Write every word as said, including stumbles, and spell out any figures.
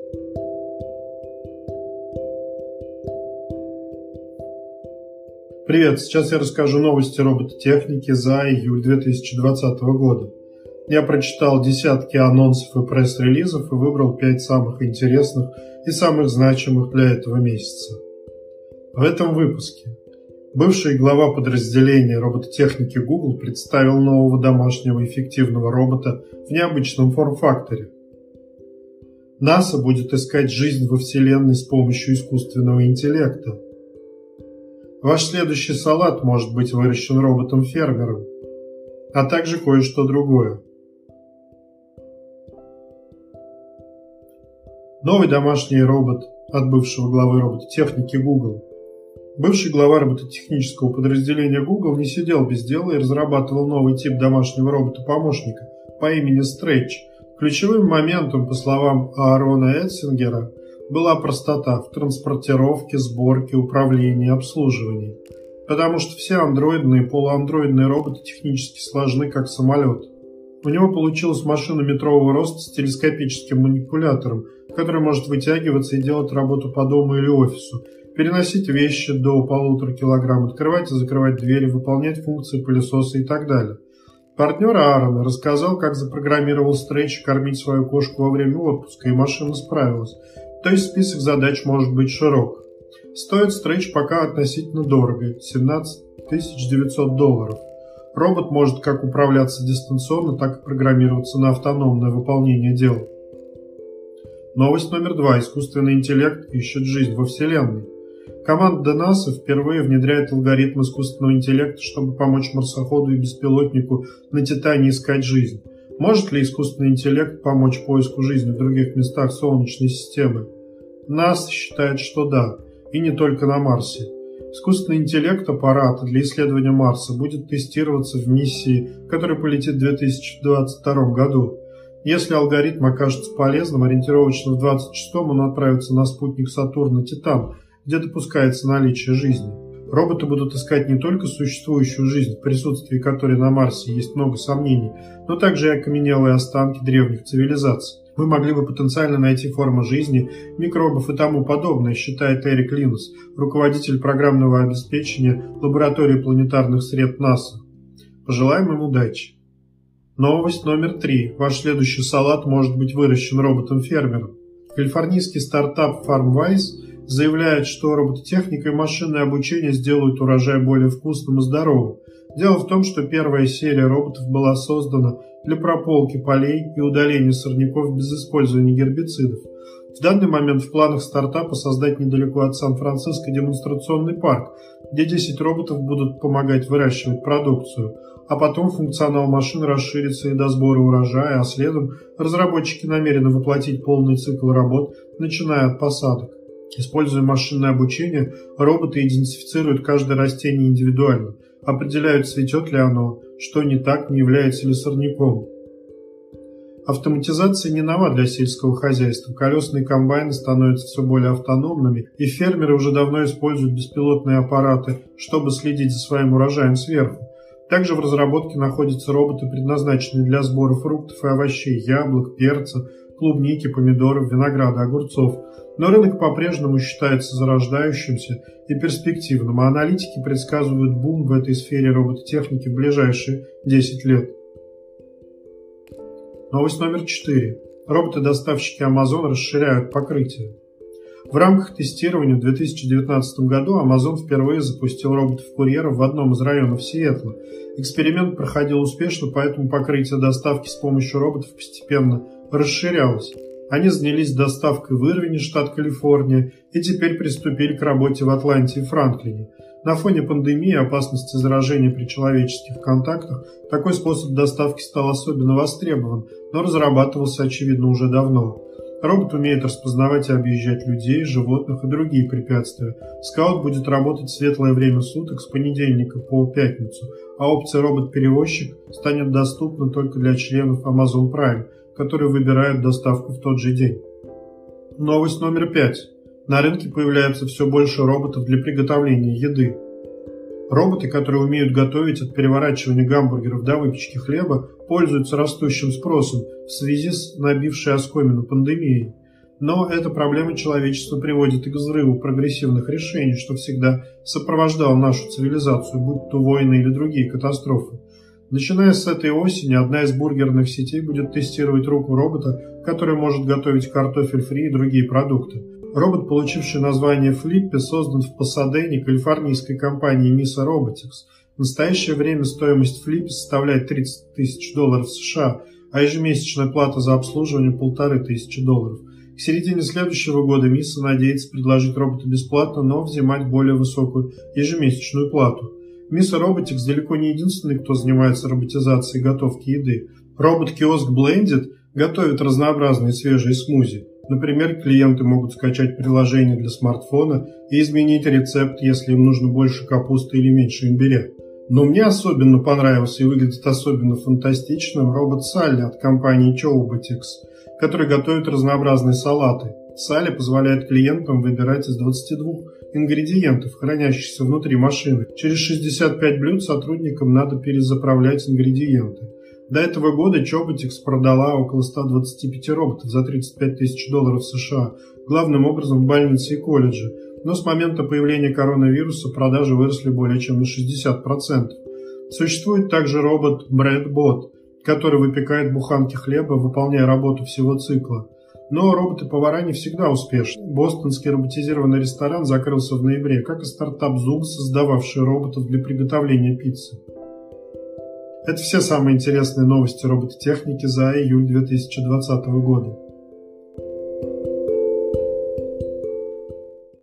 Привет, сейчас я расскажу новости робототехники за июль две тысячи двадцатого года. Я прочитал десятки анонсов и пресс-релизов и выбрал пять самых интересных и самых значимых для этого месяца. В этом выпуске бывший глава подразделения робототехники Google представил нового домашнего эффективного робота в необычном форм-факторе. НАСА будет искать жизнь во Вселенной с помощью искусственного интеллекта. Ваш следующий салат может быть выращен роботом-фермером, а также кое-что другое. Новый домашний робот от бывшего главы робототехники Google. Бывший глава робототехнического подразделения Google не сидел без дела и разрабатывал новый тип домашнего робота-помощника по имени Stretch. Ключевым моментом, по словам Аарона Эцингера, была простота в транспортировке, сборке, управлении, обслуживании. Потому что все андроидные и полуандроидные роботы технически сложны, как самолет. У него получилась машина метрового роста с телескопическим манипулятором, который может вытягиваться и делать работу по дому или офису, переносить вещи до полутора килограмм, открывать и закрывать двери, выполнять функции пылесоса и так далее. Партнер Аарона рассказал, как запрограммировал Stretch кормить свою кошку во время отпуска, и машина справилась. То есть список задач может быть широк. Стоит Stretch пока относительно дорого – семнадцать тысяч девятьсот долларов. Робот может как управляться дистанционно, так и программироваться на автономное выполнение дел. Новость номер два. Искусственный интеллект ищет жизнь во Вселенной. Команда НАСА впервые внедряет алгоритм искусственного интеллекта, чтобы помочь марсоходу и беспилотнику на Титане искать жизнь. Может ли искусственный интеллект помочь поиску жизни в других местах Солнечной системы? НАСА считает, что да, и не только на Марсе. Искусственный интеллект аппарата для исследования Марса будет тестироваться в миссии, которая полетит в две тысячи двадцать втором году. Если алгоритм окажется полезным, ориентировочно в двадцать шестом он отправится на спутник Сатурна Титан, где допускается наличие жизни. Роботы будут искать не только существующую жизнь, в присутствии которой на Марсе есть много сомнений, но также и окаменелые останки древних цивилизаций. Мы могли бы потенциально найти формы жизни, микробов и тому подобное, считает Эрик Линнес, руководитель программного обеспечения лаборатории планетарных сред НАСА. Пожелаем им удачи. Новость номер три. Ваш следующий салат может быть выращен роботом-фермером. Калифорнийский стартап FarmWise заявляет, что робототехника и машинное обучение сделают урожай более вкусным и здоровым. Дело в том, что первая серия роботов была создана для прополки полей и удаления сорняков без использования гербицидов. В данный момент в планах стартапа создать недалеко от Сан-Франциско демонстрационный парк, где десять роботов будут помогать выращивать продукцию, а потом функционал машин расширится и до сбора урожая, а следом разработчики намерены воплотить полный цикл работ, начиная от посадок. Используя машинное обучение, роботы идентифицируют каждое растение индивидуально, определяют, цветет ли оно, что не так, не является ли сорняком. Автоматизация не нова для сельского хозяйства. Колесные комбайны становятся все более автономными, и фермеры уже давно используют беспилотные аппараты, чтобы следить за своим урожаем сверху. Также в разработке находятся роботы, предназначенные для сбора фруктов и овощей, яблок, перца, клубники, помидоров, винограда, огурцов. Но рынок по-прежнему считается зарождающимся и перспективным, а аналитики предсказывают бум в этой сфере робототехники в ближайшие десять лет. Новость номер четыре. Роботы-доставщики Amazon расширяют покрытие. В рамках тестирования в две тысячи девятнадцатом году Amazon впервые запустил роботов-курьеров в одном из районов Сиэтла. Эксперимент проходил успешно, поэтому покрытие доставки с помощью роботов постепенно расширялось. Они занялись доставкой в Ирвине, штат Калифорния, и теперь приступили к работе в Атланте и Франклине. На фоне пандемии и опасности заражения при человеческих контактах такой способ доставки стал особенно востребован, но разрабатывался, очевидно, уже давно. Робот умеет распознавать и объезжать людей, животных и другие препятствия. Скаут будет работать в светлое время суток с понедельника по пятницу, а опция робот-перевозчик станет доступна только для членов Amazon Prime, которые выбирают доставку в тот же день. Новость номер пять. На рынке появляется все больше роботов для приготовления еды. Роботы, которые умеют готовить от переворачивания гамбургеров до выпечки хлеба, пользуются растущим спросом в связи с набившей оскомину пандемией. Но эта проблема человечества приводит и к взрыву прогрессивных решений, что всегда сопровождало нашу цивилизацию, будь то войны или другие катастрофы. Начиная с этой осени, одна из бургерных сетей будет тестировать руку робота, который может готовить картофель фри и другие продукты. Робот, получивший название Флиппи, создан в Пасадене калифорнийской компанией Misa Robotics. В настоящее время стоимость Флиппи составляет тридцать тысяч долларов США, а ежемесячная плата за обслуживание – полторы тысячи долларов. К середине следующего года Misa надеется предложить робота бесплатно, но взимать более высокую ежемесячную плату. Misa Robotics далеко не единственный, кто занимается роботизацией готовки еды. Робот-киоск Blended готовит разнообразные свежие смузи. Например, клиенты могут скачать приложение для смартфона и изменить рецепт, если им нужно больше капусты или меньше имбиря. Но мне особенно понравился и выглядит особенно фантастичным робот Салли от компании Chowbatics, который готовит разнообразные салаты. Салли позволяет клиентам выбирать из двадцати двух ингредиентов, хранящихся внутри машины. Через шестьдесят пять блюд сотрудникам надо перезаправлять ингредиенты. До этого года Chowbatics продала около ста двадцати пяти роботов за тридцать пять тысяч долларов США, главным образом в больнице и колледже. Но с момента появления коронавируса продажи выросли более чем на шестьдесят процентов. Существует также робот BreadBot, который выпекает буханки хлеба, выполняя работу всего цикла. Но роботы-повара не всегда успешны. Бостонский роботизированный ресторан закрылся в ноябре, как и стартап Zoom, создававший роботов для приготовления пиццы. Это все самые интересные новости робототехники за июль две тысячи двадцатого года.